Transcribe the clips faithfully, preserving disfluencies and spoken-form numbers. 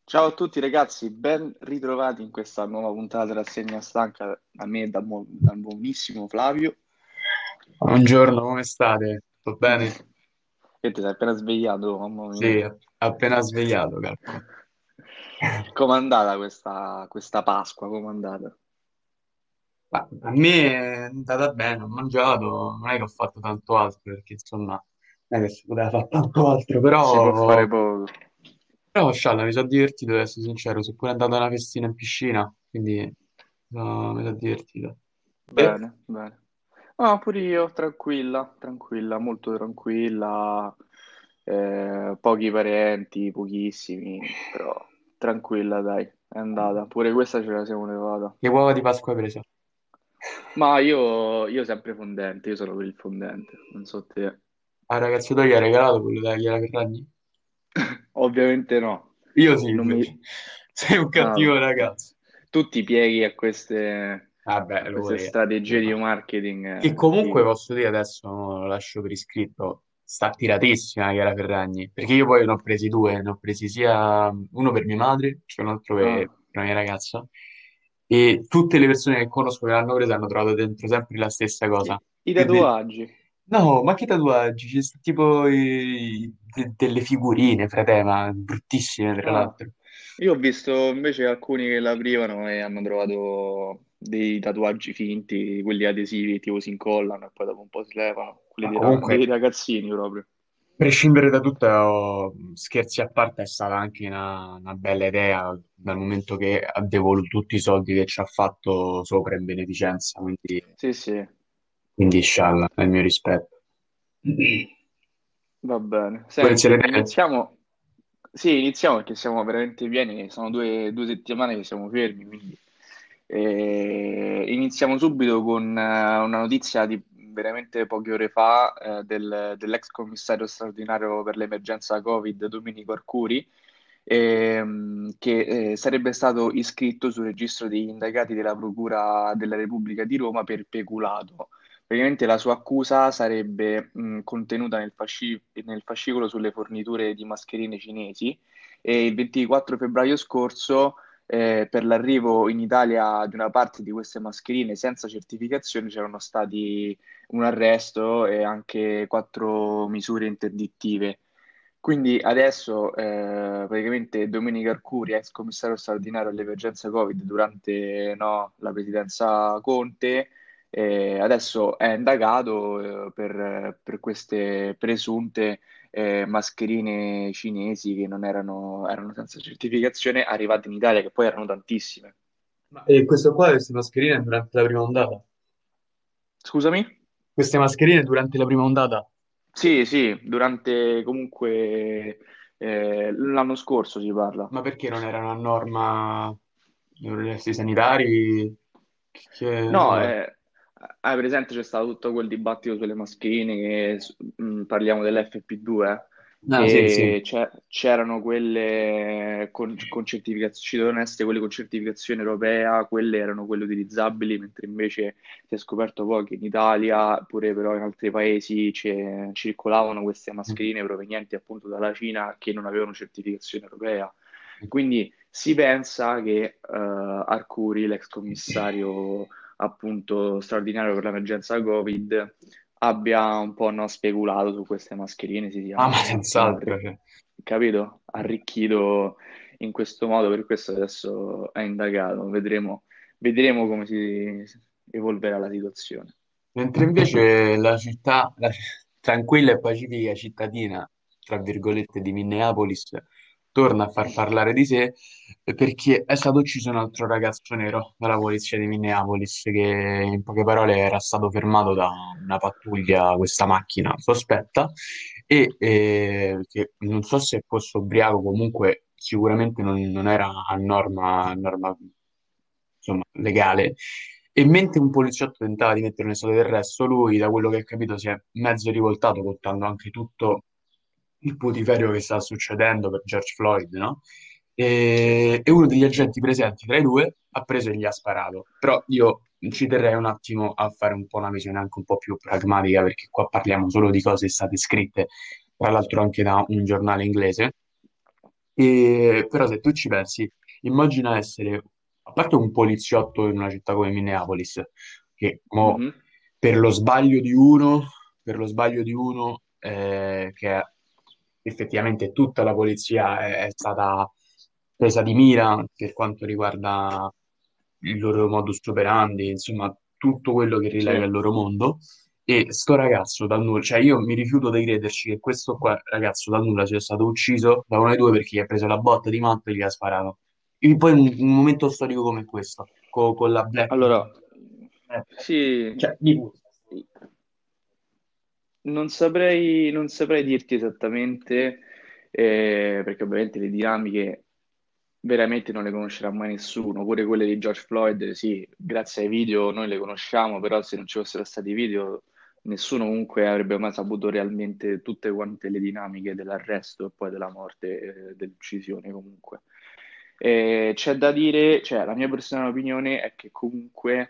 Ciao a tutti ragazzi, ben ritrovati in questa nuova puntata della Rassegna Stanca da me, dal, buon- dal buonissimo Flavio. Buongiorno, come state? Tutto bene? Che ti sei appena svegliato, mamma mia. Sì, appena svegliato, calcola. Com'è andata questa, questa Pasqua? Com'è andata? Ma a me è andata bene, ho mangiato, non è che ho fatto tanto altro, perché insomma, non è che si poteva fare tanto altro, Si può fare però, poco. però scialla, mi sono divertito, devo essere sincero, sono pure andato a una festina in piscina, quindi no, mi sono divertito. E Bene, bene. Ah, pure io, tranquilla, tranquilla, molto tranquilla. Eh, pochi parenti, pochissimi, però tranquilla, dai, è andata. Pure questa ce la siamo levata. che uova di Pasqua hai preso? Ma io, io sempre fondente, io sono per il fondente, non so te. Al ragazzo tuo gli hai regalato quello della Chiara Ferragni? Ovviamente no. Io sì, Non mi... invece. Sei un ah, cattivo ragazzo. tu ti pieghi a queste, a Vabbè, lo queste volevo. strategie di marketing, Che eh, comunque figo. posso dire adesso, no, lo lascio per iscritto, sta tiratissima Chiara Ferragni, perché io poi ne ho presi due, ne ho presi sia uno per mia madre, cioè un altro per Ah, per la mia ragazza, e tutte le persone che conosco che l'hanno presa hanno trovato dentro sempre la stessa i, cosa. i Più di- tatuaggi. No, ma che tatuaggi? C'è sta tipo i- de- delle figurine, frate, ma bruttissime tra Ah, l'altro. io ho visto invece alcuni che l'aprivano e hanno trovato dei tatuaggi finti, quelli adesivi, tipo si incollano e poi dopo un po' si levano, quelli Ma dei, ra- dei comunque ragazzini proprio. prescindere da tutto, oh, scherzi a parte, è stata anche una, una bella idea dal momento che ha devoluto tutti i soldi che ci ha fatto sopra in beneficenza, quindi, Sì, sì. quindi scialla, nel mio rispetto. Va bene. Vuoi Senti, iniziare te? iniziamo. Sì, iniziamo perché siamo veramente pieni, sono due, due settimane che siamo fermi, quindi eh, iniziamo subito con eh, una notizia di veramente poche ore fa eh, del- dell'ex commissario straordinario per l'emergenza Covid, Domenico Arcuri, ehm, che eh, sarebbe stato iscritto sul registro degli indagati della Procura della Repubblica di Roma per peculato. Praticamente la sua accusa sarebbe mh, contenuta nel, fasci- nel fascicolo sulle forniture di mascherine cinesi e il ventiquattro febbraio scorso, eh, per l'arrivo in Italia di una parte di queste mascherine senza certificazione, c'erano stati un arresto e anche quattro misure interdittive. Quindi adesso eh, praticamente Domenico Arcuri, ex commissario straordinario all'emergenza Covid durante no, la presidenza Conte, eh, adesso è indagato eh, per, per queste presunte eh, mascherine cinesi che non erano, erano senza certificazione, arrivate in Italia, che poi erano tantissime. Ma, e questo qua, queste mascherine durante la prima ondata? Scusami? Queste mascherine durante la prima ondata? Sì, sì, durante comunque eh, l'anno scorso si parla. Ma perché non erano a norma dei processi sanitari? Che, No, no. eh, hai presente c'è stato tutto quel dibattito sulle mascherine, che, s- mh, parliamo dell'F P due, Ah, sì, sì. che c'è- c'erano quelle con, con certificazione, ci dovevano essere quelle con certificazione europea, quelle erano quelle utilizzabili, mentre invece si è scoperto poi che in Italia, pure però in altri paesi, c'è- circolavano queste mascherine provenienti appunto dalla Cina che non avevano certificazione europea. Quindi si pensa che eh, Arcuri, l'ex commissario appunto straordinario per l'emergenza Covid, abbia un po' no, speculato su queste mascherine, si sia Ah, ma un attimo senz'altro, arri- cioè. capito? Arricchito in questo modo, per questo adesso è indagato. Vedremo, vedremo come si evolverà la situazione. Mentre invece la città, la c- tranquilla e pacifica cittadina, tra virgolette, di Minneapolis, torna a far parlare di sé perché è stato ucciso un altro ragazzo nero dalla polizia di Minneapolis che in poche parole era stato fermato da una pattuglia, questa macchina sospetta, e eh, che non so se fosse ubriaco, comunque sicuramente non, non era a norma, a norma insomma, legale. E mentre un poliziotto tentava di metterlo in stato di arresto, lui, da quello che ho capito, si è mezzo rivoltato, contando anche tutto il putiferio che sta succedendo per George Floyd, no? Sì. E, e uno degli agenti presenti tra i due ha preso e gli ha sparato. Però io ci terrei un attimo a fare un po' una visione anche un po' più pragmatica, perché qua parliamo solo di cose state scritte, tra l'altro anche da un giornale inglese. E, però se tu ci pensi, immagina essere, a parte un poliziotto in una città come Minneapolis, che mo, Mhm. per lo sbaglio di uno, per lo sbaglio di uno, eh, che effettivamente tutta la polizia è, è stata presa di mira per quanto riguarda il loro modus operandi, insomma, tutto quello che Sì. rilega il loro mondo. E sto ragazzo dal nulla, cioè io mi rifiuto di crederci che questo qua, ragazzo dal nulla sia stato ucciso da uno dei due perché gli ha preso la botta di matto e gli ha sparato. E poi un, un momento storico come questo, co- con la Black Allora, Lives Matter. sì, Cioè, dico, non saprei, non saprei dirti esattamente, eh, perché ovviamente le dinamiche veramente non le conoscerà mai nessuno, pure quelle di George Floyd, sì, grazie ai video noi le conosciamo, però se non ci fossero stati i video nessuno comunque avrebbe mai saputo realmente tutte quante le dinamiche dell'arresto e poi della morte, eh, dell'uccisione comunque. Eh, c'è da dire, cioè la mia personale opinione è che comunque,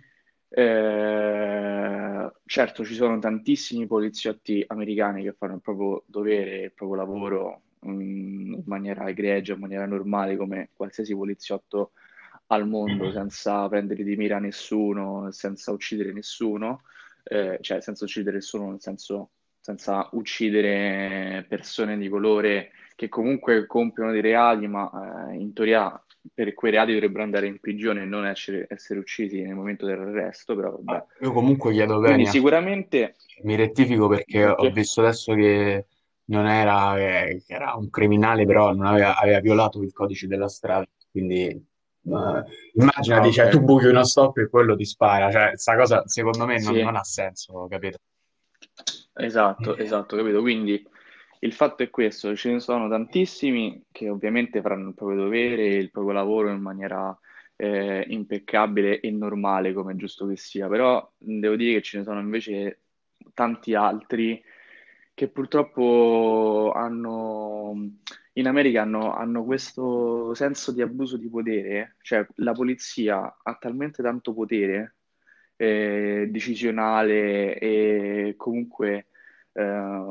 eh, certo ci sono tantissimi poliziotti americani che fanno il proprio dovere, il proprio lavoro mm, in maniera egregia, in maniera normale, come qualsiasi poliziotto al mondo, senza prendere di mira nessuno, senza uccidere nessuno, eh, cioè senza uccidere nessuno nel senso senza uccidere persone di colore che comunque compiono dei reati, ma eh, in teoria per quei reati dovrebbero andare in prigione e non essere, essere uccisi nel momento dell'arresto, però vabbè. ah, io comunque chiedo Quindi venia, sicuramente mi rettifico perché ho perché? visto adesso che non era, eh, che era un criminale, però non aveva, aveva violato il codice della strada, quindi eh, Ah, immaginati, ok. cioè, tu buchi uno stop e quello ti spara, cioè, questa cosa secondo me non, Sì, non ha senso, capito? esatto, esatto, capito? Quindi il fatto è questo, ce ne sono tantissimi che ovviamente faranno il proprio dovere, il proprio lavoro in maniera eh, impeccabile e normale, come è giusto che sia, però mh, devo dire che ce ne sono invece tanti altri che purtroppo hanno, in America hanno, hanno questo senso di abuso di potere, cioè la polizia ha talmente tanto potere eh, decisionale e comunque eh,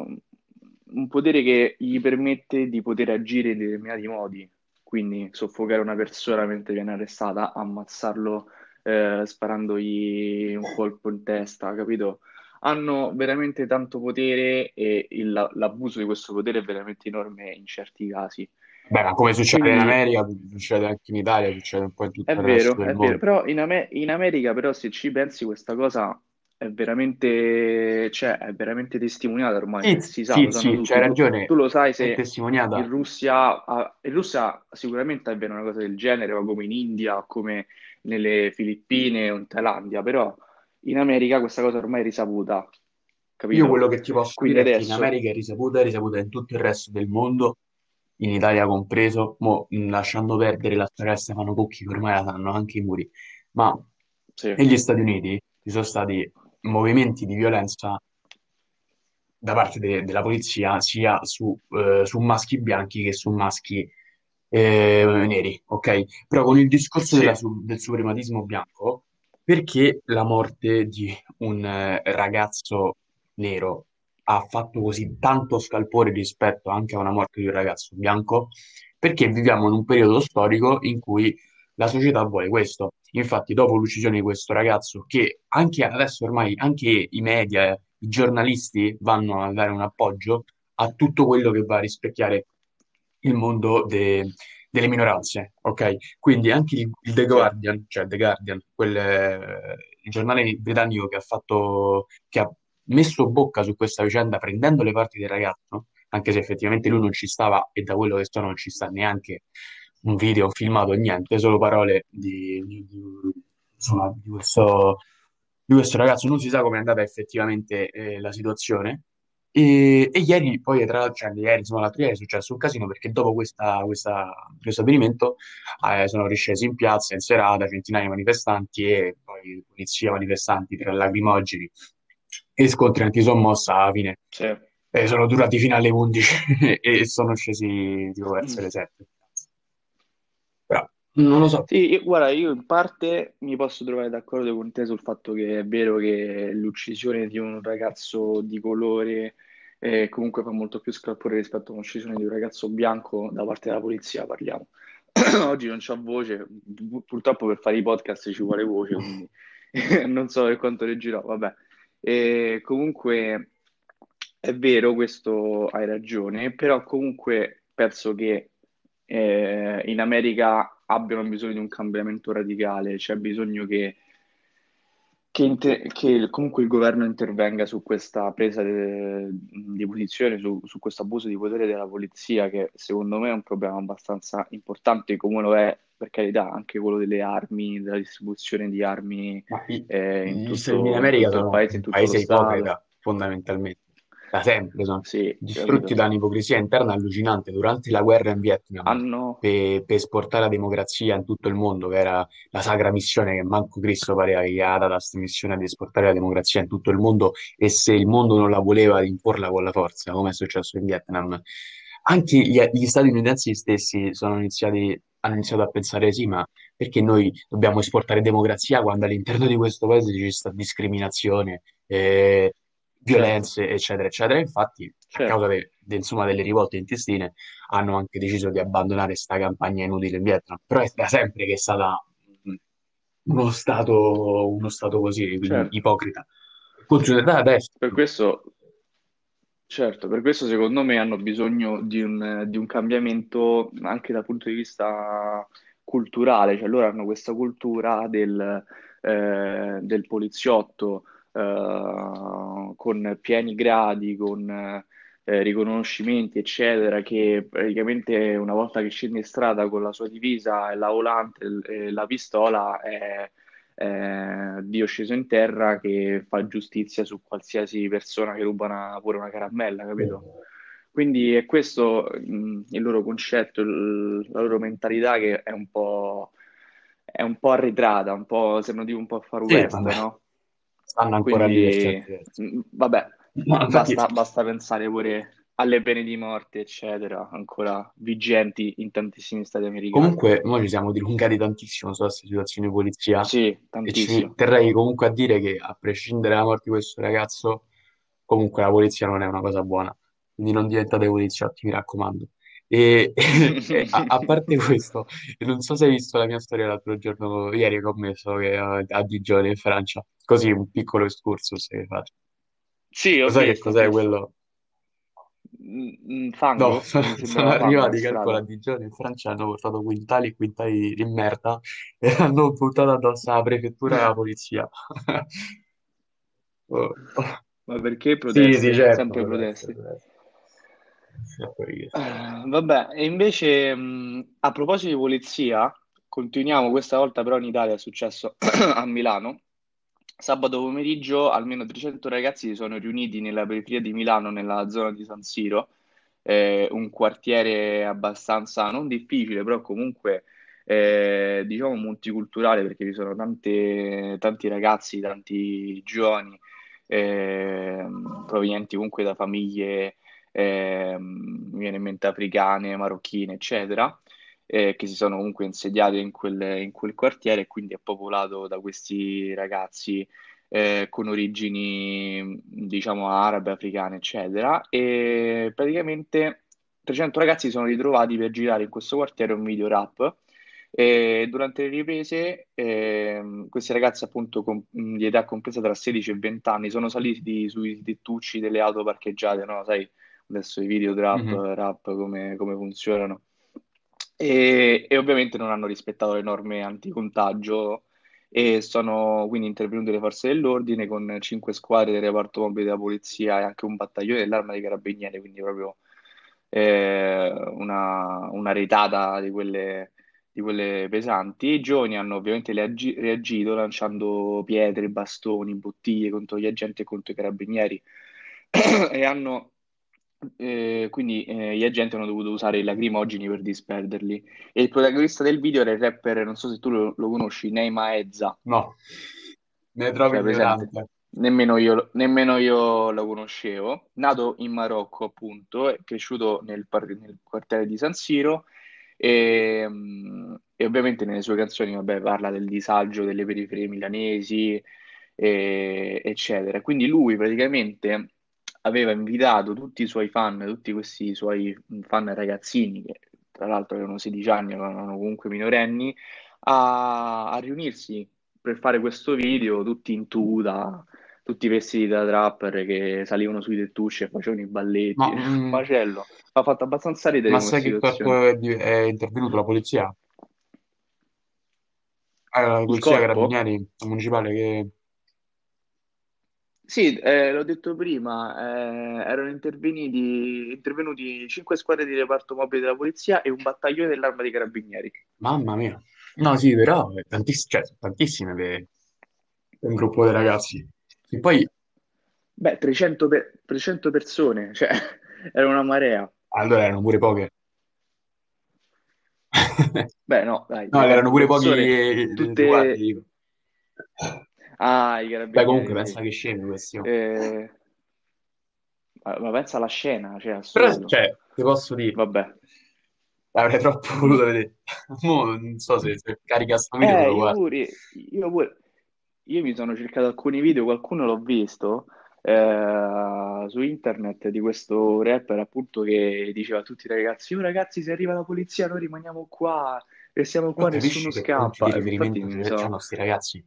un potere che gli permette di poter agire in determinati modi, quindi soffocare una persona mentre viene arrestata, ammazzarlo eh, sparandogli un colpo in testa, capito? Hanno veramente tanto potere e il- l'abuso di questo potere è veramente enorme in certi casi. Beh, ma come succede in Quindi America, succede anche in Italia, succede un po' in è tutto il resto vero, del è vero, mondo. però in, Ame- in America, però, se ci pensi, questa cosa è veramente, cioè, è veramente testimoniata ormai, Sì, cioè, si sa, sì, lo sanno sì, c'hai tutti. Tu, tu ragione, lo sai è se in testimoniata. Russia, ah, in Russia sicuramente avviene una cosa del genere, o come in India, o come nelle Filippine o in Thailandia, però in America questa cosa ormai è risaputa, Io quello capito? che ti posso Quindi dire è che in adesso, America è risaputa, è risaputa in tutto il resto del mondo, in Italia compreso, mo, mh, lasciando perdere la storia di Stefano Cucchi, che ormai la sanno anche i muri, ma sì, negli Stati Uniti ci sono stati movimenti di violenza da parte de- della polizia sia su, eh, su maschi bianchi che su maschi eh, neri, ok? Però con il discorso della sì, su- del suprematismo bianco, perché la morte di un eh, ragazzo nero ha fatto così tanto scalpore rispetto anche a una morte di un ragazzo bianco? Perché viviamo in un periodo storico in cui la società vuole questo. Infatti, dopo l'uccisione di questo ragazzo, che anche adesso ormai anche i media, i giornalisti vanno a dare un appoggio a tutto quello che va a rispecchiare il mondo de- delle minoranze, ok? Quindi anche il, il The sì, Guardian, cioè The Guardian, quel, eh, il giornale britannico che ha fatto, che ha messo bocca su questa vicenda prendendo le parti del ragazzo, anche se effettivamente lui non ci stava e da quello che so non ci sta neanche un video, un filmato, niente, solo parole di, di- di- insomma, di questo, di questo ragazzo. Non si sa come è andata effettivamente eh, la situazione. E, e ieri, poi, tra l'altro, cioè, ieri, insomma, l'altro ieri è successo un casino perché dopo questa- questa- questo avvenimento eh, sono riscesi in piazza in serata centinaia di manifestanti e poi polizia, manifestanti, tra lacrimogeni e scontri antisommossa alla fine. sì. Eh, sono durati fino alle undici e sono scesi tipo verso le sette. Però non lo so. Sì, io- guarda, io in parte mi posso trovare d'accordo con te sul fatto che è vero che l'uccisione di un ragazzo di colore e comunque fa molto più scalpore rispetto a un'uccisione di un ragazzo bianco da parte della polizia, parliamo. Oggi non c'ho voce, pu- purtroppo per fare i podcast ci vuole voce, quindi non so per quanto reggerò, vabbè. E comunque è vero, questo hai ragione, però comunque penso che eh, in America abbiano bisogno di un cambiamento radicale, c'è bisogno che, che inter- che comunque il governo intervenga su questa presa de- di posizione, su, su questo abuso di potere della polizia, che secondo me è un problema abbastanza importante, come lo è, per carità, anche quello delle armi, della distribuzione di armi Ma i- eh, in gli Stati Uniti tutto, in d'America tutto il sono paese, in un tutto lo paese Stato. ipocrita, fondamentalmente. Da sempre sono Sì, distrutti capito. da un'ipocrisia interna allucinante. Durante la guerra in Vietnam, Hanno... per, per esportare la democrazia in tutto il mondo, che era la sacra missione che manco Cristo pareva che gli ha dato questa missione di esportare la democrazia in tutto il mondo, e se il mondo non la voleva, di imporla con la forza, come è successo in Vietnam. Anche gli, gli statunitensi stessi sono iniziati, hanno iniziato a pensare, sì, ma perché noi dobbiamo esportare democrazia quando all'interno di questo paese ci sta discriminazione, eh, Certo, violenze, eccetera, eccetera. Infatti, a causa certo. de- de- insomma, delle rivolte intestine, hanno anche deciso di abbandonare questa campagna inutile in Vietnam. Però è da sempre che è stata mh, uno stato, uno stato così, quindi Certo, ipocrita. Continuerà adesso. per questo, certo, per questo secondo me hanno bisogno di un, di un cambiamento anche dal punto di vista culturale, cioè loro hanno questa cultura del, eh, del poliziotto eh, con pieni gradi, con eh, riconoscimenti, eccetera, che praticamente una volta che scende in strada con la sua divisa e la volante e la pistola è eh, Dio sceso in terra che fa giustizia su qualsiasi persona che ruba una- pure una caramella, capito? Quindi è questo mh, il loro concetto, il- la loro mentalità che è un po', è un po' arretrata, un po', sembra di un po' Far Sì, West, vabbè, no? stanno ancora lì per Quindi, certi versi. mh, vabbè, No, infatti, basta, basta pensare pure alle pene di morte, eccetera, ancora vigenti in tantissimi stati americani. comunque, noi ci siamo dilungati tantissimo su questa situazione di polizia Sì, e ci tantissimo. terrei comunque a dire che, a prescindere dalla morte di questo ragazzo, comunque la polizia non è una cosa buona. Quindi non diventate poliziotti, mi raccomando. E, e a, a parte questo, non so se hai visto la mia storia l'altro giorno, ieri che ho messo che, eh, a Digione in Francia. Così un piccolo excursus che faccio. Sì, ho Lo sai che visto, ho cos'è visto. quello? Mm, mm, No, fango? sono, Mi sono sembrava fango per arrivati, calcola, a strada. Digione in Francia, hanno portato quintali e quintali di merda e hanno buttato addosso alla prefettura e alla polizia. Oh, oh. Ma perché Sì, sì, proteste? certo, Sempre proteste, proteste. proteste. Sì, fuori che sto. Eh, vabbè, e invece mh, a proposito di polizia, continuiamo questa volta però in Italia, è successo a Milano. Sabato pomeriggio almeno trecento ragazzi si sono riuniti nella periferia di Milano, nella zona di San Siro, eh, un quartiere abbastanza non difficile, però comunque eh, diciamo multiculturale perché vi sono tante- tanti ragazzi, tanti giovani ehm, provenienti comunque da famiglie, ehm, mi viene in mente africane, marocchine, eccetera, eh, che si sono comunque insediate in quel, in quel quartiere e quindi è popolato da questi ragazzi eh, con origini, diciamo, arabe, africane, eccetera. E praticamente trecento ragazzi si sono ritrovati per girare in questo quartiere un video rap. E durante le riprese, ehm, questi ragazzi, appunto, com- di età compresa tra sedici e venti anni, sono saliti sui tettucci delle auto parcheggiate, no? Sai, adesso i video trap, Mhm. rap, come, come funzionano. E, e ovviamente non hanno rispettato le norme anticontagio e sono quindi intervenute le forze dell'ordine con cinque squadre del reparto mobile della polizia e anche un battaglione dell'arma dei carabinieri, quindi proprio eh, una, una retata di quelle, di quelle pesanti. I giovani hanno ovviamente reagi- reagito lanciando pietre, bastoni, bottiglie contro gli agenti e contro i carabinieri e hanno eh, quindi eh, gli agenti hanno dovuto usare i lacrimogeni per disperderli. E il protagonista del video era il rapper, non so se tu lo, lo conosci, Neymar Ezza, No, ne trovo cioè presente. ignorante. Nemmeno io, nemmeno io lo conoscevo. Nato in Marocco, appunto, è cresciuto nel, par- nel quartiere di San Siro e, mm, e ovviamente nelle sue canzoni, vabbè, parla del disagio delle periferie milanesi, e- eccetera. Quindi lui praticamente aveva invitato tutti i suoi fan, tutti questi suoi fan ragazzini, che tra l'altro avevano sedici anni, erano comunque minorenni, a, a riunirsi per fare questo video, tutti in tuta, tutti vestiti da trapper che salivano sui tettucci e facevano i Ma, balletti. Un mm, macello. Mi ha fatto abbastanza ridere ma come sai che situazione. corpo è, di- è intervenuto la polizia? Ah, la Il polizia corpo? carabinieri municipale che... Sì, eh, l'ho detto prima, eh, erano intervenuti, intervenuti cinque squadre di reparto mobile della polizia e un battaglione dell'arma dei carabinieri. Mamma mia. No, sì, però è tantiss- cioè, sono tantissime per, per un gruppo di ragazzi. E poi, Beh, trecento, pe- trecento persone, cioè, era una marea. allora erano pure poche. Beh, no, dai, No, erano trecento pure pochi persone, eh, di guardia, tutte... dico. Ah, i Beh, comunque, carabinieri, pensa sì. che scemi questi. Oh. Eh, ma ma pensa alla scena, cioè, Però, assurdo. cioè, ti posso dire, Vabbè. avrei troppo voluto Mm. vedere. Mo non so se, se carica sto video me Eh, lo io guardo. pure, io pure, io mi sono cercato alcuni video, qualcuno l'ho visto eh, su internet di questo rapper appunto che diceva a tutti i ragazzi, oh ragazzi, se arriva la polizia noi rimaniamo qua, restiamo Però qua, nessuno capisci che punti di scappa. E infatti riferimento mi so, hanno sti ragazzi?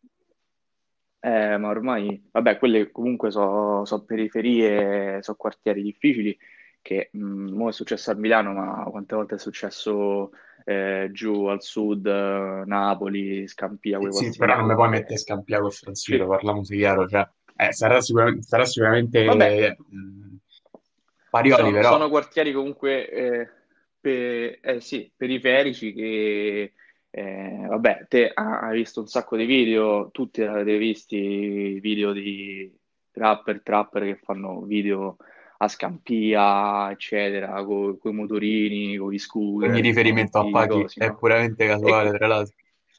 eh, ma ormai, vabbè, quelle comunque sono periferie, sono quartieri difficili che mh, mo è successo a Milano, ma quante volte è successo eh, giù al sud, eh, Napoli, Scampia, Sì, quei sì, posti lì però non mi puoi comunque. mettere a scampiare col Franzino, Sì. parliamoci chiaro, cioè, eh, sarà, sicuramente, sarà Vabbè, sicuramente mh, Parioli, sono, però sono quartieri comunque eh, pe- eh, sì, periferici che, eh, vabbè, te ha- hai visto un sacco di video, tutti avete visti i video di rapper, trapper che fanno video a Scampia, eccetera, con i motorini, con gli ogni scooter, con riferimento a tutti i Paghi cosi, è no? puramente E casuale, qui- tra l'altro.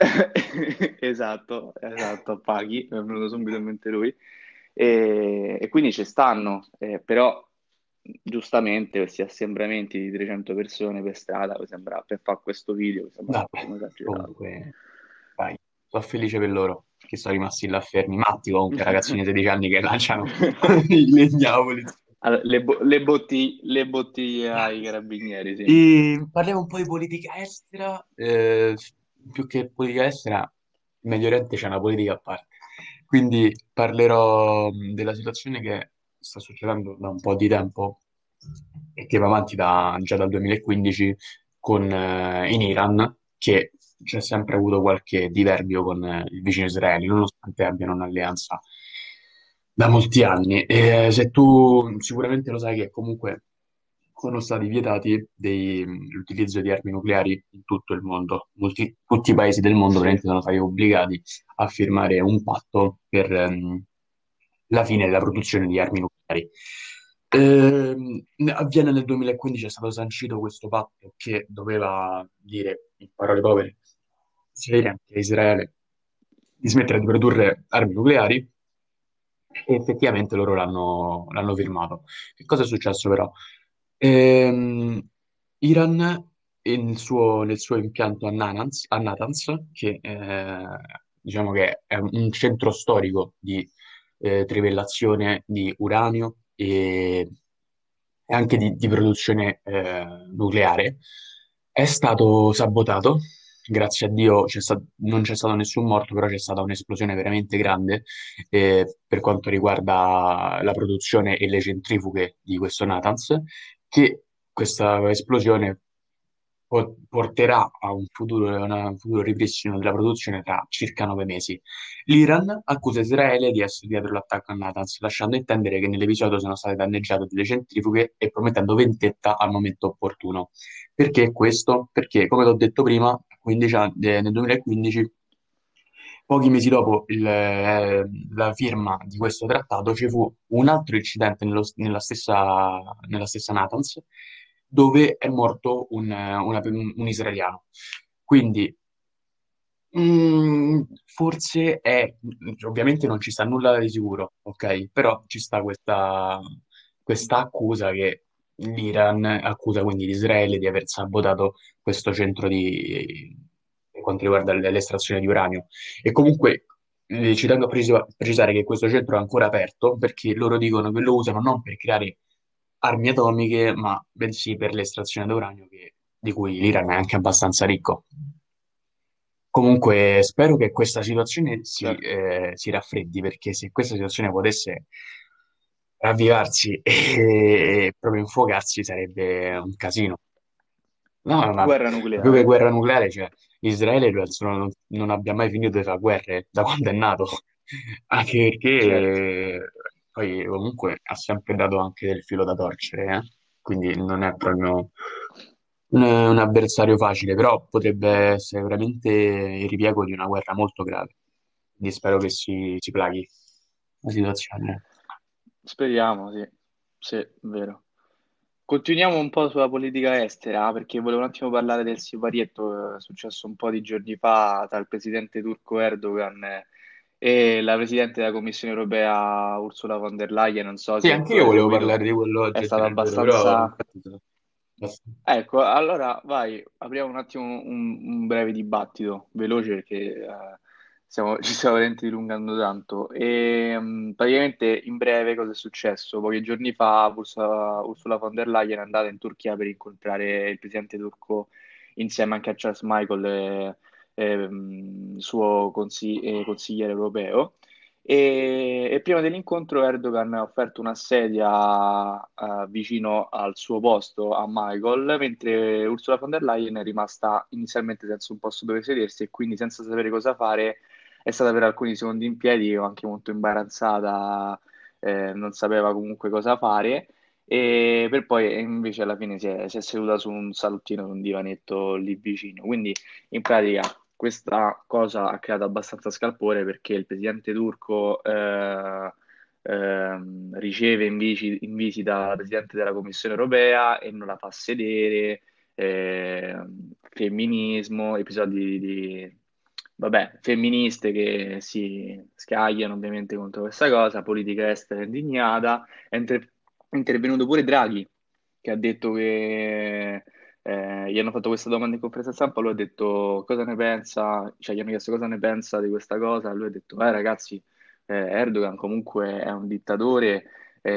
Esatto, esatto, Paghi, mi è venuto subito in mente lui. E, e quindi ci stanno, eh, però giustamente questi assembramenti di trecento persone per strada, mi sembra, per fare questo video, mi sembra un Vabbè, attimo esagerato. comunque, dai, sono felice per loro che sono rimasti là fermi. Matti comunque, ragazzini di sedici anni che lanciano i legnavoli. Allora, le, bo- le botti- le bottiglie ai carabinieri, sì. E parliamo un po' di politica estera. Eh, più che politica estera, in Medio Oriente c'è una politica a parte. Quindi parlerò mh, della situazione che sta succedendo da un po' di tempo e che va avanti da- già dal duemilaquindici con, eh, in Iran, che c'è sempre avuto qualche diverbio con eh, il vicino Israele, nonostante abbiano un'alleanza da molti anni. E se tu sicuramente lo sai che comunque sono stati vietati dei- l'utilizzo di armi nucleari in tutto il mondo. Molti- tutti i paesi del mondo Sì. veramente sono stati obbligati a firmare un patto per ehm, la fine della produzione di armi nucleari. Ehm, avviene nel duemilaquindici, è stato sancito questo patto che doveva dire, in parole povere, sia Iran che Israele di smettere di produrre armi nucleari e effettivamente loro l'hanno l'hanno firmato. Che cosa è successo però? Ehm, Iran nel suo, nel suo impianto a Natanz, a Natanz, che eh, diciamo che è un centro storico di eh, trivellazione di uranio e, e anche di, di produzione eh, nucleare, è stato sabotato. Grazie a Dio c'è sta- non c'è stato nessun morto, però c'è stata un'esplosione veramente grande eh, per quanto riguarda la produzione e le centrifughe di questo Natanz, che questa esplosione po- porterà a un futuro, a una- un futuro ripristino della produzione tra circa nove mesi. L'Iran accusa Israele di essere dietro l'attacco a Natanz, lasciando intendere che nell'episodio sono state danneggiate delle centrifughe e promettendo vendetta al momento opportuno. Perché questo? Perché, come ti ho detto prima, quindici anni- eh, nel duemilaquindici, pochi mesi dopo il- eh, la firma di questo trattato, ci fu un altro incidente nello- nella stessa, nella stessa Natanz, dove è morto un, eh, una- un- un israeliano. Quindi, mm, forse è, ovviamente non ci sta nulla di sicuro, ok? Però ci sta questa, questa accusa che l'Iran accusa quindi Israele di aver sabotato questo centro di, per quanto riguarda l'estrazione di uranio. E comunque Eh, ci tengo a precisa- precisare che questo centro è ancora aperto perché loro dicono che lo usano non per creare armi atomiche, ma bensì per l'estrazione d'uranio, che- di cui l'Iran è anche abbastanza ricco. Comunque spero che questa situazione si, Certo. eh, si raffreddi, perché se questa situazione potesse ravvivarsi e proprio infuocarsi sarebbe un casino. No, ma Guerra più che nucleare. guerra nucleare, cioè Israele penso non, non abbia mai finito di fare guerre da quando è nato, anche perché Certo. eh, poi comunque ha sempre dato anche del filo da torcere, eh? Quindi non è proprio un, un avversario facile, però potrebbe essere veramente il ripiego di una guerra molto grave. Quindi spero che si, si plaghi la situazione. Speriamo, sì. Sì, vero. Continuiamo un po' sulla politica estera, perché volevo un attimo parlare del siparietto, eh, successo un po' di giorni fa tra il presidente turco Erdogan eh, e la presidente della Commissione europea Ursula von der Leyen. Non so Sì, se anche tu io hai volevo seguito, parlare di quello è oggi, a stato dire il vero, però abbastanza. infatti sono abbastanza- Ecco, allora vai, apriamo un attimo un, un breve dibattito, veloce perché eh, stiamo- ci stiamo veramente dilungando tanto. E, mh, praticamente in breve cosa è successo? Pochi giorni fa Ursula, Ursula von der Leyen è andata in Turchia per incontrare il presidente turco insieme anche a Charles Michael, eh, eh, mh, suo consi- eh, consigliere europeo. E, e prima dell'incontro Erdogan ha offerto una sedia eh, vicino al suo posto a Michael, mentre Ursula von der Leyen è rimasta inizialmente senza un posto dove sedersi e quindi senza sapere cosa fare è stata per alcuni secondi in piedi o anche molto imbarazzata, eh, non sapeva comunque cosa fare. E per poi e invece alla fine si è, si è seduta su un salottino, su un divanetto lì vicino. Quindi in pratica questa cosa ha creato abbastanza scalpore perché il presidente turco eh, ehm, riceve in, vici- in visita la presidente della Commissione europea e non la fa sedere, ehm, femminismo, episodi di, vabbè, femministe che si scagliano ovviamente contro questa cosa, politica estera indignata. È inter- è intervenuto pure Draghi, che ha detto che eh, gli hanno fatto questa domanda in conferenza stampa, lui ha detto cosa ne pensa, cioè gli hanno chiesto cosa ne pensa di questa cosa, lui ha detto, eh ragazzi, eh, Erdogan comunque è un dittatore,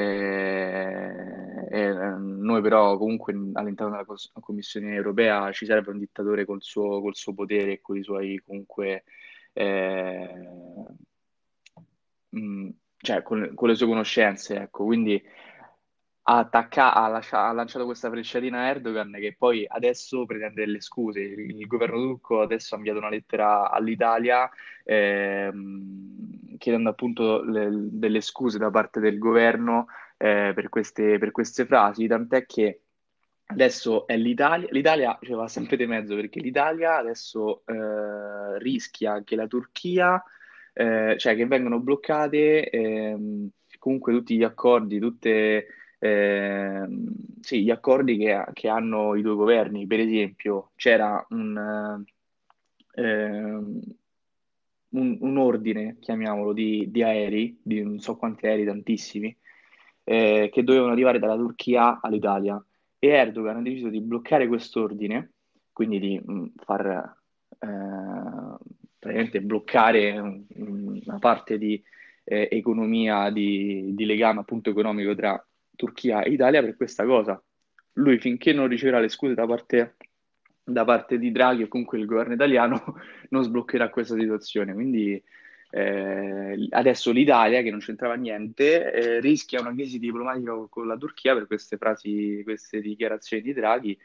eh, e, eh, noi però comunque all'interno della cos- Commissione europea ci sarebbe un dittatore col suo, col suo potere e con i suoi comunque eh, mh, cioè con, con le sue conoscenze, ecco, quindi ha, attacca- ha lascia- ha lanciato questa frecciatina a Erdogan che poi adesso pretende delle scuse. Il, il governo turco adesso ha inviato una lettera all'Italia ehm, chiedendo appunto le- delle scuse da parte del governo eh, per queste, per queste frasi, tant'è che adesso è l'Italia, l'Italia ci va sempre di mezzo perché l'Italia adesso eh, rischia che la Turchia, eh, cioè che vengono bloccate ehm, comunque tutti gli accordi, tutte, ehm, sì, gli accordi che, che hanno i due governi. Per esempio, c'era un, eh, ehm, un, un ordine, chiamiamolo, di, di aerei, di non so quanti aerei, tantissimi, eh, che dovevano arrivare dalla Turchia all'Italia. E Erdogan ha deciso di bloccare quest'ordine, quindi di mh, far eh, praticamente bloccare mm, una parte di eh, economia, di, di legame appunto economico tra Turchia e Italia per questa cosa. Lui finché non riceverà le scuse da parte, da parte di Draghi o comunque il governo italiano non sbloccherà questa situazione. Quindi eh, adesso l'Italia, che non c'entrava niente, eh, rischia una crisi diplomatica con, con la Turchia per queste frasi, queste dichiarazioni di Draghi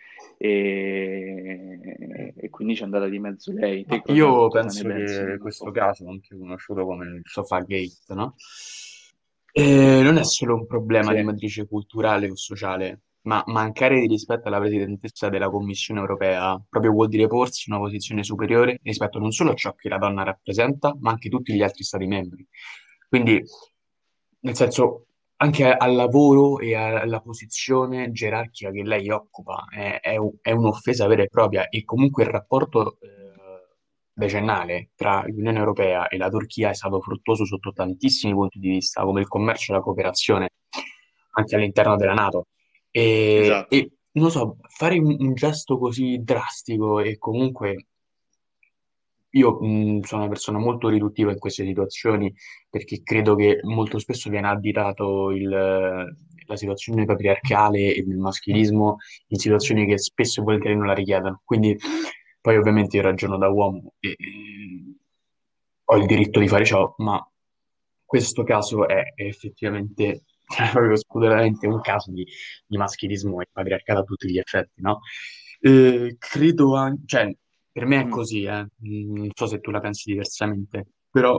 e, e quindi c'è andata di mezzo lei. Ma Te cosa, io cosa ne penso pensi che un questo po'? caso, anche conosciuto come il Sofagate, no? Eh, non è solo un problema Sì, di matrice culturale o sociale, ma mancare di rispetto alla presidentessa della Commissione europea proprio vuol dire porsi in una posizione superiore rispetto non solo a ciò che la donna rappresenta, ma anche tutti gli altri stati membri. Quindi, nel senso, anche al lavoro e alla posizione gerarchica che lei occupa è, è un- è un'offesa vera e propria, e comunque il rapporto eh, decennale tra l'Unione Europea e la Turchia è stato fruttuoso sotto tantissimi punti di vista, come il commercio e la cooperazione, anche all'interno della NATO. E, esatto. e, non so, fare un, un gesto così drastico e comunque io mh, sono una persona molto riduttiva in queste situazioni perché credo che molto spesso viene additato il, la situazione patriarcale e del maschilismo in situazioni che spesso e volentieri non la richiedono. Quindi poi ovviamente io ragiono da uomo e, e ho il diritto di fare ciò, ma questo caso è, è effettivamente cioè, proprio spudoratamente un caso di, di maschilismo e patriarcato a tutti gli effetti, no? Eh, credo anche, cioè, per me è Mm. così, eh. Mm, Non so se tu la pensi diversamente, però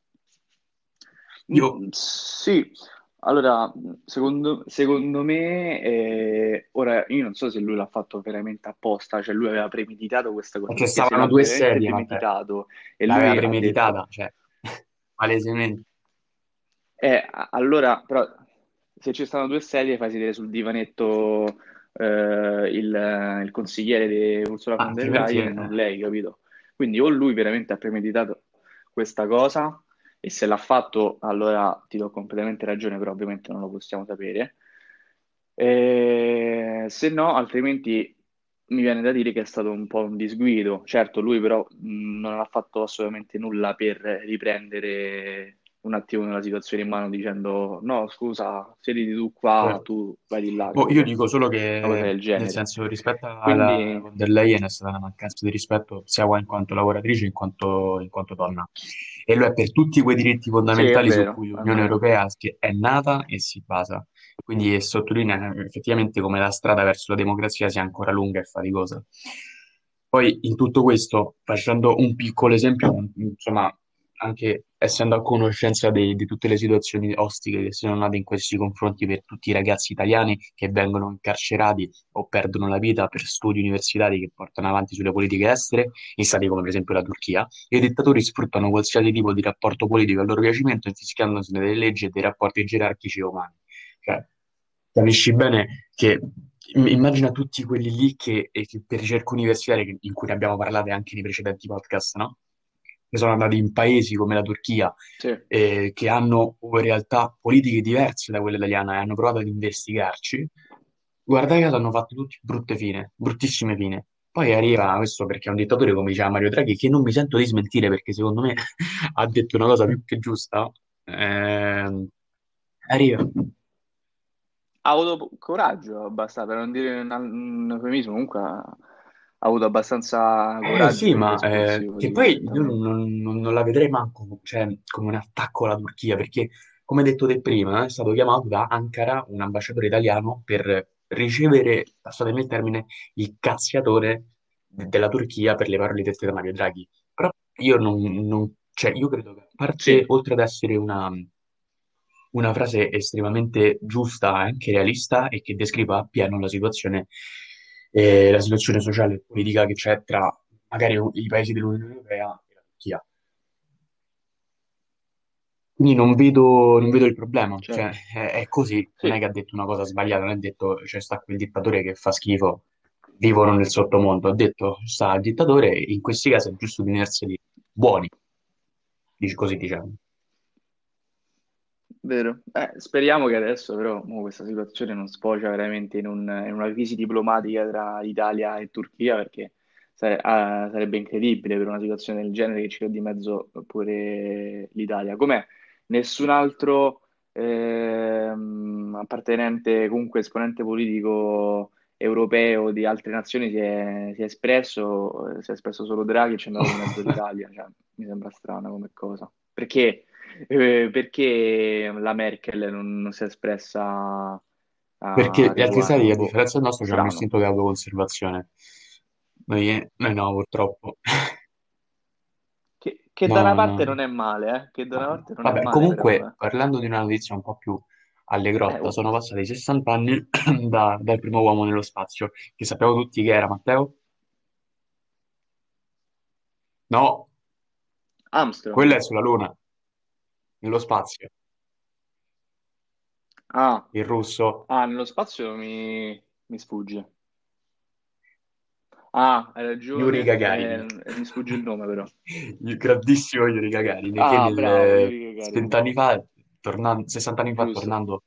io, Mm, sì, allora, secondo, secondo me, eh, ora io non so se lui l'ha fatto veramente apposta, cioè lui aveva premeditato questa cosa, perché perché se stavano l'ha due veramente sedie, Matteo, premeditato e l'aveva lui ha detto, premeditata, cioè, palesemente. eh, a- allora, però, se ci stanno due sedie, fai sedere sul divanetto eh, il, il consigliere di Ursula Ah, von der altrimenti, Leyen eh, e non lei, capito? Quindi o lui veramente ha premeditato questa cosa e se l'ha fatto, allora ti do completamente ragione, però ovviamente non lo possiamo sapere. Eh, se no, altrimenti mi viene da dire che è stato un po' un disguido. Certo, lui però mh, non ha fatto assolutamente nulla per riprendere un attimo la situazione in mano dicendo no, scusa, siediti tu qua, certo. tu vai di là, Boh, io capito? dico solo Una cosa che, del nel genere. senso, rispetto alla Quindi, von der Leyen è stata una mancanza di rispetto sia in quanto lavoratrice, in quanto, in quanto donna. E lo è per tutti quei diritti sì, è fondamentali su vero, cui è l'Unione vero. Europea è nata e si basa. Quindi e sottolinea effettivamente come la strada verso la democrazia sia ancora lunga e faticosa. Poi in tutto questo, facendo un piccolo esempio, insomma, anche essendo a conoscenza di, di tutte le situazioni ostiche che sono nate in questi confronti per tutti i ragazzi italiani che vengono incarcerati o perdono la vita per studi universitari che portano avanti sulle politiche estere, in stati come per esempio la Turchia, e i dittatori sfruttano qualsiasi tipo di rapporto politico a loro piacimento, infischiandosi delle leggi e dei rapporti gerarchici e umani. Cioè, capisci bene che im- immagina tutti quelli lì che, e che per ricerche universitarie che- in cui ne abbiamo parlato anche nei precedenti podcast, no? Che sono andati in paesi come la Turchia, Sì. eh, che hanno realtà politiche diverse da quella italiana e hanno provato ad investigarci. Guarda caso hanno fatto tutti brutte fine, bruttissime fine. Poi arriva questo perché è un dittatore, come diceva Mario Draghi, che non mi sento di smentire perché secondo me ha detto una cosa più che giusta. Ehm, arriva. Ha avuto coraggio, basta per non dire un, un eufemismo, comunque ha, ha avuto abbastanza Eh coraggio sì, per ma eh, esporsi così che poi io apertamente. non, non- non la vedrei manco cioè, come un attacco alla Turchia, perché come detto te prima, è stato chiamato da Ankara un ambasciatore italiano per ricevere, passatemi il termine, il cazziatore de- della Turchia per le parole dette da Mario Draghi. Però io non, non- cioè, io credo che a parte, Sì, oltre ad essere una, una frase estremamente giusta, anche realista, e che descriva appieno la situazione, eh, la situazione sociale e politica che c'è tra magari i paesi dell'Unione Europea e la Turchia. Quindi non vedo, non vedo il problema, cioè certo. è, è così, non è Sì, che ha detto una cosa sbagliata, non ha detto c'è sta quel dittatore che fa schifo, vivono nel sottomondo, ha detto sta il dittatore, in questi casi è giusto tenerseli buoni, dici così diciamo. vero. Eh, speriamo che adesso però mo, questa situazione non sfocia veramente in, un- in una crisi diplomatica tra Italia e Turchia, perché sare- ah, sarebbe incredibile per una situazione del genere che ci va di mezzo pure l'Italia. Com'è? Nessun altro ehm, appartenente, comunque esponente politico europeo di altre nazioni si è, si è espresso, eh, si è espresso solo Draghi e ci è andato di mezzo l'Italia. Cioè, mi sembra strana come cosa. Perché? Eh, perché la Merkel non, non si è espressa Perché a gli altri stati, riguardo? a Boh, differenza del nostro, hanno un strano. istinto di autoconservazione. Noi, eh, noi no, purtroppo. Che, che da una No, no, parte no. non è male, eh? Che da una No. parte non è Vabbè, male, però, comunque, eh. parlando di una notizia un po' più Eh, allegrotta, oh, sono passati sessanta anni da- dal primo uomo nello spazio, che sappiamo tutti che era Matteo? No, quello è Armstrong. sulla Luna, nello spazio. Ah, Il russo, ah, nello spazio mi, mi sfugge. Ah, hai Yuri ragione, Gagarin. eh, mi sfugge il nome, però. Il grandissimo Yuri Gagarin, che Ah, nel, bravo, eh, Yuri Gagarin, venti anni fa, tornando, sessanta anni fa, giusto. tornando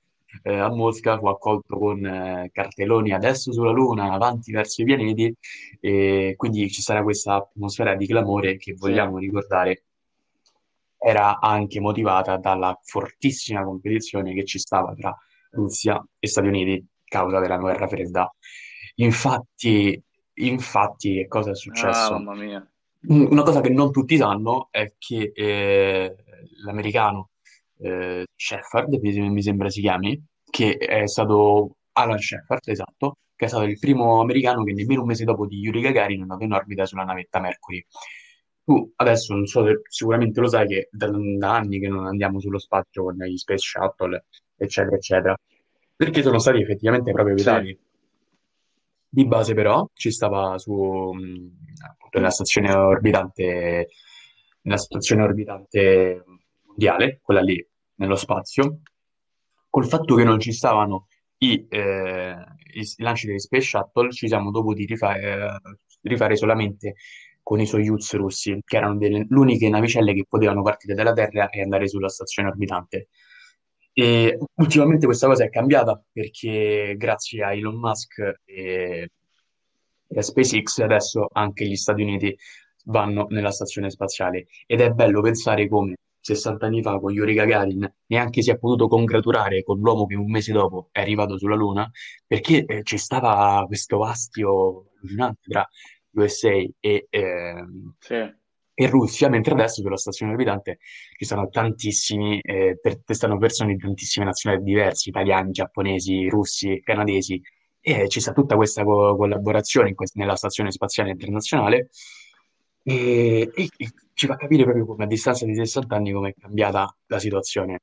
eh, a Mosca, fu accolto con eh, cartelloni adesso sulla Luna, avanti verso i pianeti, e quindi ci sarà questa atmosfera di clamore che Sì. vogliamo ricordare era anche motivata dalla fortissima competizione che ci stava tra Russia e Stati Uniti causa della guerra fredda. Infatti, infatti, che cosa è Ah, successo? mamma mia. Un- Una cosa che non tutti sanno è che eh, l'americano eh, Shepard, mi mi sembra si chiami, che è stato Alan Shepard, esatto, che è stato il primo americano che nemmeno un mese dopo di Yuri Gagarin è andato in orbita sulla navetta Mercury. Tu adesso non so se sicuramente lo sai che da, da anni che non andiamo sullo spazio con gli Space Shuttle, eccetera, eccetera, perché sono stati effettivamente proprio Sì. evitati. Di base però ci stava su mh, appunto nella stazione orbitante, nella stazione orbitante mondiale, quella lì nello spazio, col fatto che non ci stavano i, eh, i lanci degli Space Shuttle, ci siamo dovuti rifare, rifare solamente con i Soyuz russi, che erano delle- le uniche navicelle che potevano partire dalla Terra e andare sulla stazione orbitante. E ultimamente questa cosa è cambiata perché grazie a Elon Musk e, e a SpaceX adesso anche gli Stati Uniti vanno nella stazione spaziale ed è bello pensare come sessanta anni fa con Yuri Gagarin neanche si è potuto congratulare con l'uomo che un mese dopo è arrivato sulla Luna perché eh, ci stava questo astio allucinante tra U S A e, ehm, Sì. e Russia, mentre adesso sulla stazione orbitante ci sono tantissimi, eh, per, stanno persone di tantissime nazionalità diverse, italiani, giapponesi, russi, canadesi, e ci sta tutta questa co- collaborazione in quest- nella stazione spaziale internazionale e, e- e ci fa capire proprio come a distanza di sessanta anni come è cambiata la situazione.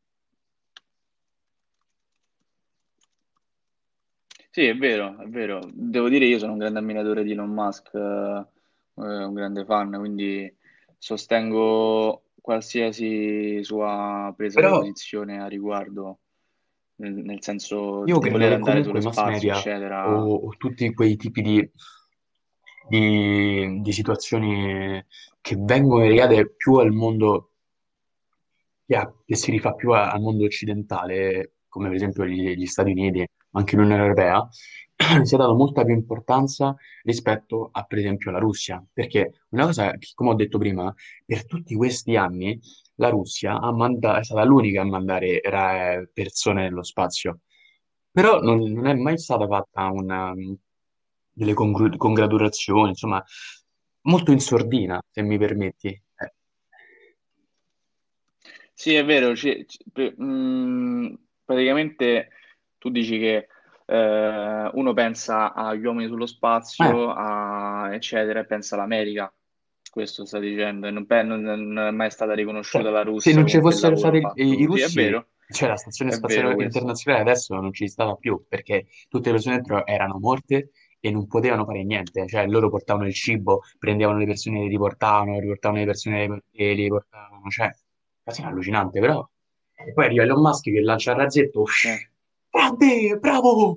Sì, è vero, è vero. Devo dire, io sono un grande ammiratore di Elon Musk, eh, eh, un grande fan, quindi sostengo qualsiasi sua presa di Però posizione a riguardo, nel, nel senso io di credo voler che andare comunque sullo i mass spazio, media eccetera. o, o tutti quei tipi di, di- di situazioni che vengono legate più al mondo che, ha- che si rifà più a- al mondo occidentale, come per esempio gli, gli Stati Uniti, ma anche l'Unione Europea, si è dato molta più importanza rispetto a, per esempio, la Russia. Perché una cosa che, come ho detto prima, per tutti questi anni la Russia ha manda- è stata l'unica a mandare ra- persone nello spazio. Però non, non è mai stata fatta una, delle congru- congratulazioni, insomma, molto in sordina, se mi permetti. Eh, Sì, è vero, ci- ci- pe- mh, praticamente tu dici che eh, uno pensa agli uomini sullo eh, spazio, a- eccetera, e pensa all'America, questo sta dicendo, e non, pe- non- non è mai stata Cioè, riconosciuta la se Russia non ci con quel fossero stati lavoro i, i fatto. Sì, è russi, vero, cioè la stazione è vero spaziale questo. internazionale adesso non ci stava più perché tutte le persone dentro erano morte e non potevano fare niente. Cioè, loro portavano il cibo, prendevano le persone e li riportavano, riportavano le persone e li riportavano. Cioè, quasi allucinante, però. E poi arriva Elon Musk che lancia il razzetto. Sì. Grande, bravo!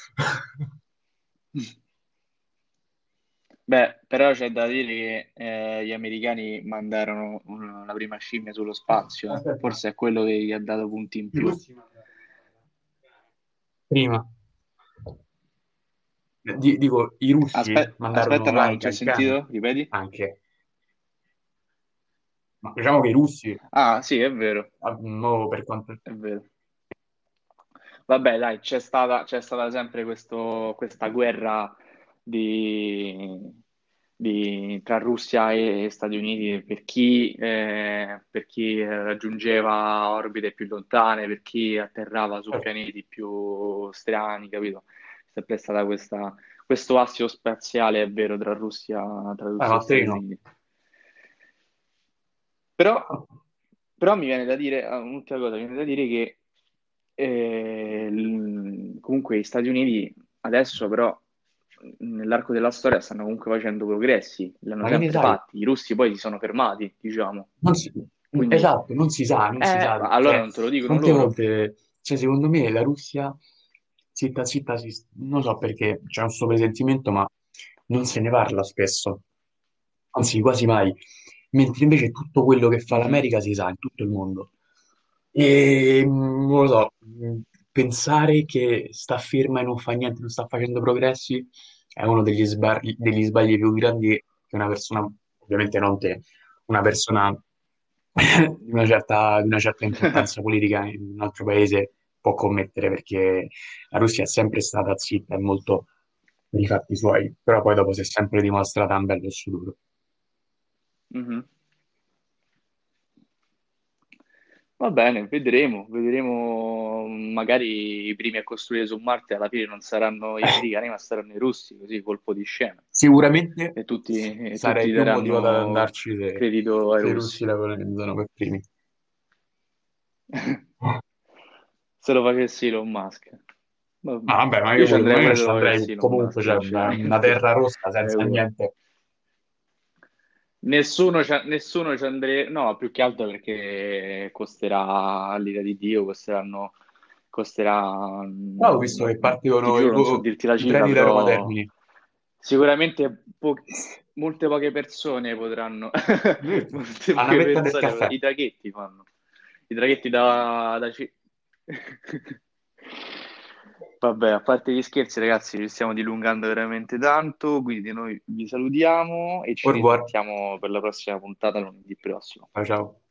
Beh, però c'è da dire che eh, gli americani mandarono una- la prima scimmia sullo spazio, eh. Aspetta, Forse è quello che gli ha dato punti in i più. russi mandarono prima. Di- dico, i russi Aspe- mandarono aspetta, no, non avanti ti ho al cane, sentito? Ripeti? anche. Ma diciamo che i russi, Ah, sì, è vero, ah, mo per quanto... è vero. Vabbè, dai, c'è stata, c'è stata sempre questo- questa guerra di, di- tra Russia e Stati Uniti per chi, eh, per chi raggiungeva orbite più lontane, per chi atterrava su Certo. pianeti più strani, capito? C'è sempre stata questa, questo assio spaziale, è vero, tra Russia, tra Eh, Russia e ma te Stati no. Uniti. Però, però mi viene da dire, ah, un'ultima cosa, mi viene da dire che eh, l- comunque gli Stati Uniti adesso però nell'arco della storia stanno comunque facendo progressi, li hanno Ma che ne sempre sai? fatti, i russi poi si sono fermati, diciamo. Non si- Quindi, Esatto, non si sa, non si eh, sa. allora Cioè, non te lo dicono molte loro. volte, cioè, secondo me la Russia, zitta zitta, si- non so perché c'è un suo presentimento, ma non se ne parla spesso, anzi quasi mai. Mentre invece tutto quello che fa Mhm. l'America si sa in tutto il mondo. E mm, non lo so, pensare che sta ferma e non fa niente, non sta facendo progressi, è uno degli sbagli, degli sbagli più grandi che una persona, ovviamente non te, una persona di una certa, di una certa importanza politica in un altro paese può commettere, perché la Russia è sempre stata zitta e molto per i fatti suoi, però poi dopo si è sempre dimostrata un bello suduro. Mhm. Va bene, vedremo, vedremo. Magari i primi a costruire su Marte alla fine non saranno gli americani, ma saranno i russi, così colpo di scena. Sicuramente E tutti, e sarei tutti più motivato ad daranno andarci se, credito ai se i russi. russi la colonizzano per primi. Se lo facessi Elon Musk. Ah, Vabbè. vabbè, ma io Io ci pure, andrei ma io pure ci se lo andrei facessi Elon comunque, Musk, cioè una, una sinceramente. terra rossa Eh, senza uguale. niente. Nessuno ci, nessuno ci andrebbe, no, più che altro perché costerà all'ira di Dio, costeranno, costerà, Però ho mm, visto no, che ti partivano i, giuro, non so vo- dirti la i cifra, treni da Roma però Termini. sicuramente po- molte poche persone potranno, molte A una poche metta del persone, caffè. i traghetti fanno, i traghetti da, da Ci- Vabbè, a parte gli scherzi, ragazzi, ci stiamo dilungando veramente tanto, quindi noi vi salutiamo e Au ci revoir. risentiamo per la prossima puntata lunedì prossimo. Ciao ciao.